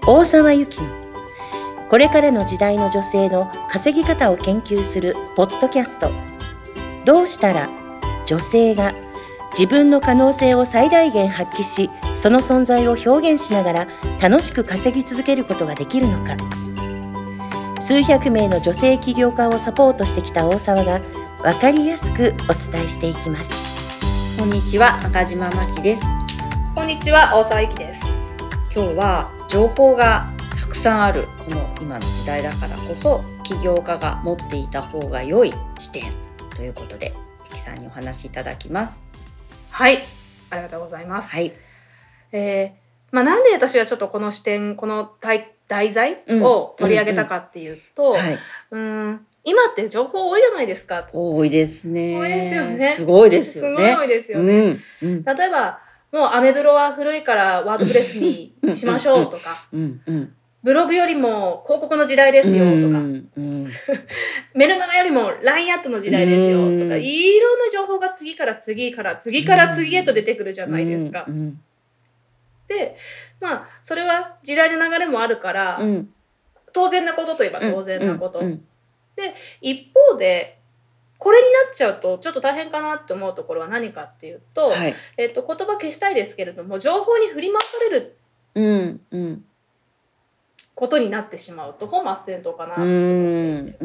大沢由紀のこれからの時代の女性の稼ぎ方を研究するポッドキャスト、どうしたら女性が自分の可能性を最大限発揮し、その存在を表現しながら楽しく稼ぎ続けることができるのか。数百名の女性起業家をサポートしてきた大沢が分かりやすくお伝えしていきます。 こんにちは、中島真希です。 こんにちは、大沢由紀です。 今日は情報がたくさんあるこの今の時代だからこそ、起業家が持っていた方が良い視点ということで、由紀さんにお話しいただきます。 はい、ありがとうございます。 はい。 なんで私はちょっとこの視点、この題材を取り上げたかっていうと、今って情報多いじゃないですか。 多いですね。 多いですよね。 すごいですよね。 すごい多いですよね。例えばもうアメブロは古いからワードプレスにしましょうとか、ブログよりも広告の時代ですよとか、メルマガよりも LINE アットの時代ですよとか、いろんな情報が次から次へと出てくるじゃないですか。で、それは時代の流れもあるから、当然なことといえば当然なこと。で、一方でこれになっちゃうとちょっと大変かなって思うところは何かっていうと、言葉消したいですけれども、情報に振り回されることになってしまうと本末転倒かなと思っていて、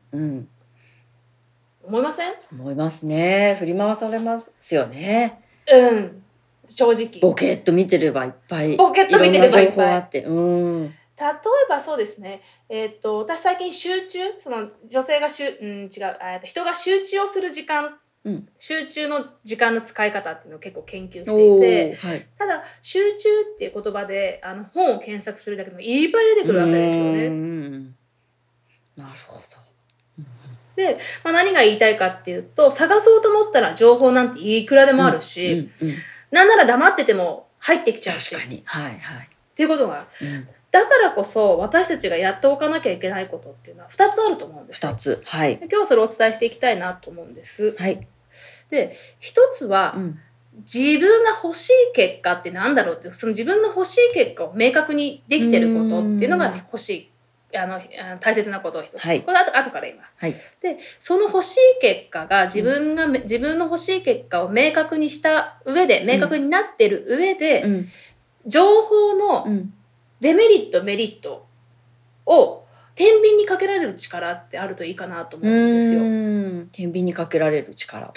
思いません？ 思いますね。振り回されますよね。 正直ボケっと見てればいっぱいいろんな情報あって、 例えばそうですね、私最近その女性が人が集中をする時間、集中の時間の使い方っていうのを結構研究していて、ただ集中っていう言葉で本を検索するだけでもいっぱい出てくるわけですよね。 なるほど。 で、何が言いたいかっていうと、探そうと思ったら情報なんていくらでもあるし、なんなら黙ってても入ってきちゃうし、 確かに、 っていうことが、だからこそ私たちがやっておかなきゃいけないことっていうのは2つあると思うんですよ。 2つ。 今日はそれをお伝えしていきたいなと思うんです。で、1つは、自分が欲しい結果ってなんだろうって、その自分の欲しい結果を明確にできてることっていうのが欲しい。大切なことを1つ。これは後から言います。で、その欲しい結果が自分の欲しい結果を明確にした上で、明確になってる上で、情報のデメリットメリットを天秤にかけられる力ってあるといいかなと思うんですよ。 天秤にかけられる力。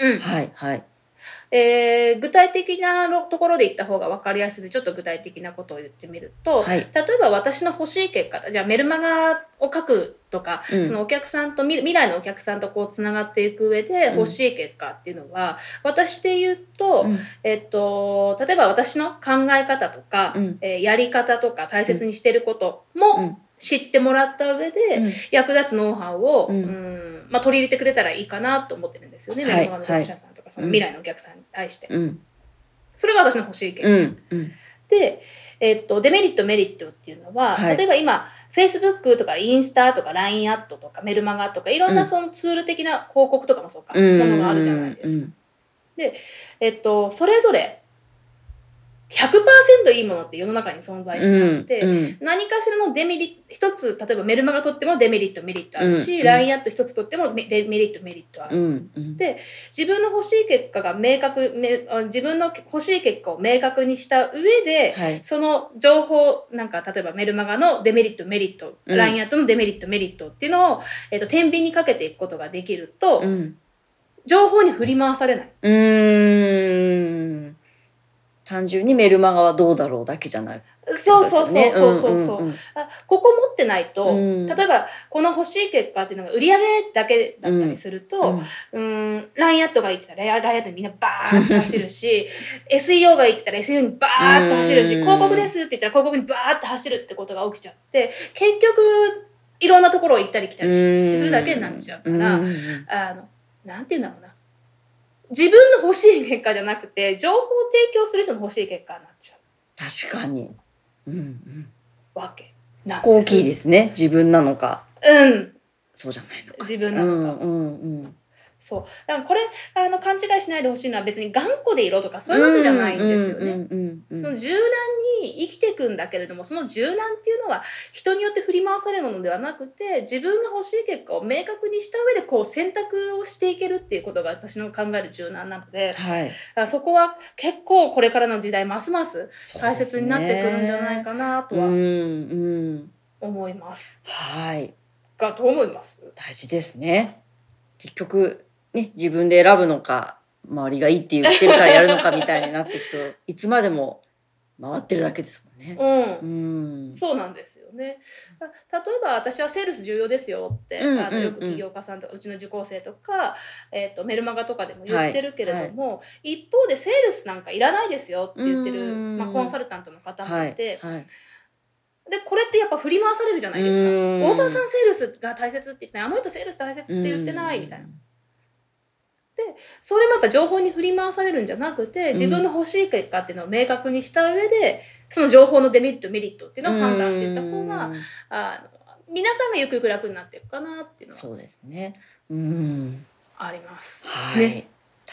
具体的なところで言った方が分かりやすいので、ちょっと具体的なことを言ってみると、例えば私の欲しい結果、じゃあメルマガを書くとか、そのお客さんと未来のお客さんとこうつながっていく上で欲しい結果っていうのは、私で言うと、例えば私の考え方とか、やり方とか大切にしてることも知ってもらった上で、役立つノウハウを、取り入れてくれたらいいかなと思ってるんですよね。メルマガの読者さんとかその未来のお客さんに対して。それが私の欲しい結果。で、デメリットメリットっていうのは、例えば今 Facebook とかインスタとか LINE アットとかメルマガとかいろんなそのツール的な広告とかもそうか、ものがあるじゃないですか。で、それぞれ100% いいものって世の中に存在しなくて、何かしらのデメリット一つ、例えばメルマガ取ってもデメリットメリットあるし、LINE アット一つ取ってもデメリットメリットある。で、自分の欲しい結果が自分の欲しい結果を明確にした上で、その情報例えばメルマガのデメリットメリット、LINE アットのデメリットメリットっていうのを、天秤にかけていくことができると、情報に振り回されない。 単純にメルマガはどうだろうだけじゃない。 そう。ここ持ってないと、例えばこの欲しい結果っていうのが売り上げだけだったりすると、LINE アットがいいって言ったら LINE アットにみんなバーッと走るしSEO がいいって言ったら SEO にバーッと走るし、広告ですって言ったら広告にバーッと走るってことが起きちゃって、結局いろんなところを行ったり来たりするだけになっちゃうから、なんていうんだろうな、自分の欲しい結果じゃなくて情報を提供する人の欲しい結果になっちゃう。 確かに。 わけなんです。大きいですね。自分なのか。そうじゃないのか。 自分なのか。 そうだからこれ勘違いしないでほしいのは別に頑固でいろとかそういうわけじゃないんですよね。その柔軟に生きていくんだけれども、その柔軟っていうのは人によって振り回されるものではなくて、自分が欲しい結果を明確にした上でこう選択をしていけるっていうことが私の考える柔軟なので、そこは結構これからの時代ますます大切になってくるんじゃないかなとは思います。がどう思います？ 大事ですね。結局ね、自分で選ぶのか周りがいいって言ってるからやるのかみたいになっていくといつまでも回ってるだけですもんね。 そうなんですよね。例えば私はセールス重要ですよって、よく起業家さんとかうちの受講生とか、メルマガとかでも言ってるけれども、一方でセールスなんかいらないですよって言ってる、コンサルタントの方もいて、でこれってやっぱ振り回されるじゃないですか。大沢さんセールスが大切って言ってない、あの人セールス大切って言ってないみたいな。でそれもやっぱ情報に振り回されるんじゃなくて、自分の欲しい結果っていうのを明確にした上で、その情報のデメリットメリットっていうのを判断していった方が皆さんがゆくゆく楽になっていくかなっていうのはそうですね。 あります。 確かに。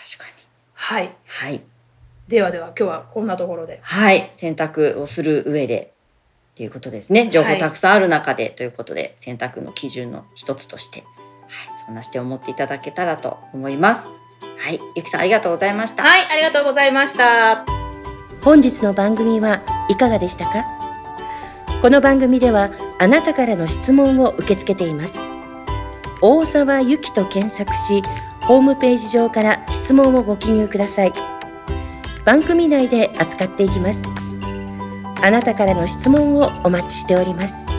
では今日はこんなところで。 選択をする上でっていうことですね。情報たくさんある中でということで、選択の基準の一つとして、そんな視点を持っていただけたらと思います。ゆきさんありがとうございました。 ありがとうございました。 本日の番組はいかがでしたか？この番組ではあなたからの質問を受け付けています。大沢ゆきと検索し、ホームページ上から質問をご記入ください。番組内で扱っていきます。あなたからの質問をお待ちしております。